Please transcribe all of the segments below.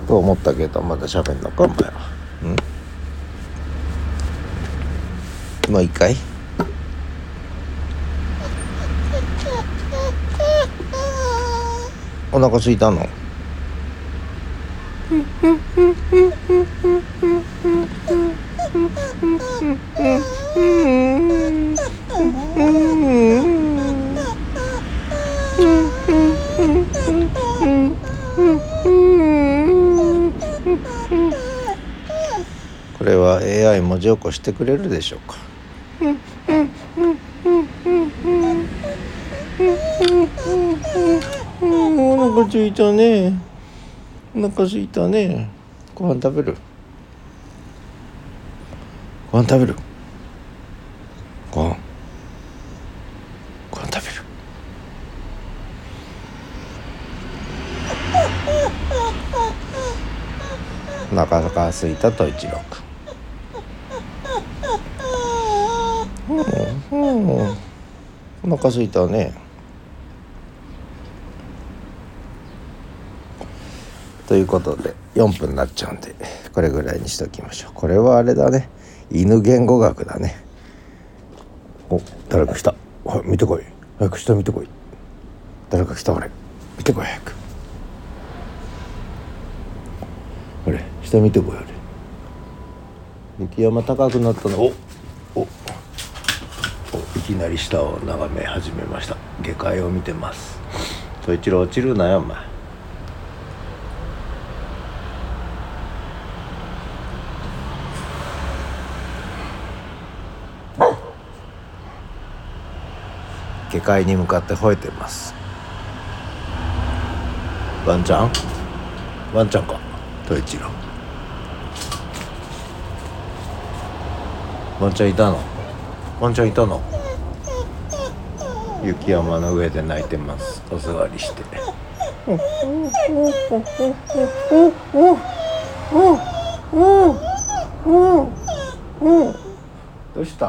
と思ったけど、まだ喋んのかお前は。もう一回。お腹空いたの？これは AI 文字起こしてくれるでしょうか？お腹空いたね。お腹空いたね。ご飯食べる？ご飯食べる？ご飯食べる？お腹が空いたと一郎くん。お腹空いたね。ということで4分になっちゃうんでこれぐらいにしときましょう。これはあれだね、犬言語学だね。お、誰か来た。おい、見てこい。早く下見てこい。誰か来た。俺見てこい早く。あれ下見てこい。あれ雪山高くなったの。おいきなり下を眺め始めました。下界を見てます。と一郎落ちるなよお前。下界に向かって吠えてます。ワンちゃんかと一郎。ワンちゃんいたの？雪山の上で泣いてます。お座りして。どうした？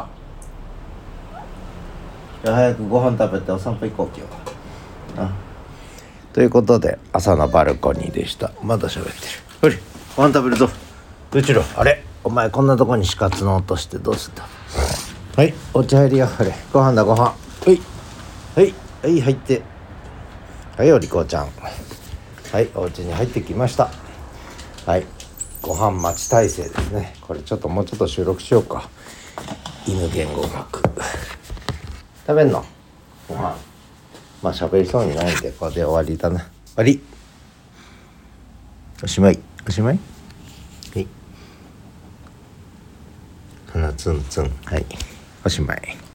じゃあ早くご飯食べてお散歩行こう今日は。ということで朝のバルコニーでした。まだ喋ってる。ほれご飯食べるぞ。うちろあれお前こんなとこに死活の音してどうすんだ。はい、お茶入りよ。ほれご飯だご飯。はい入って。はいお利口ちゃん。はいお家に入ってきました。はいご飯待ち体制ですね。これちょっともうちょっと収録しようか。犬言語学食べんのご飯。まあ喋りそうにないんでこれで終わりだな。終わり。おしまい。はい鼻ツンツン。はいおしまい。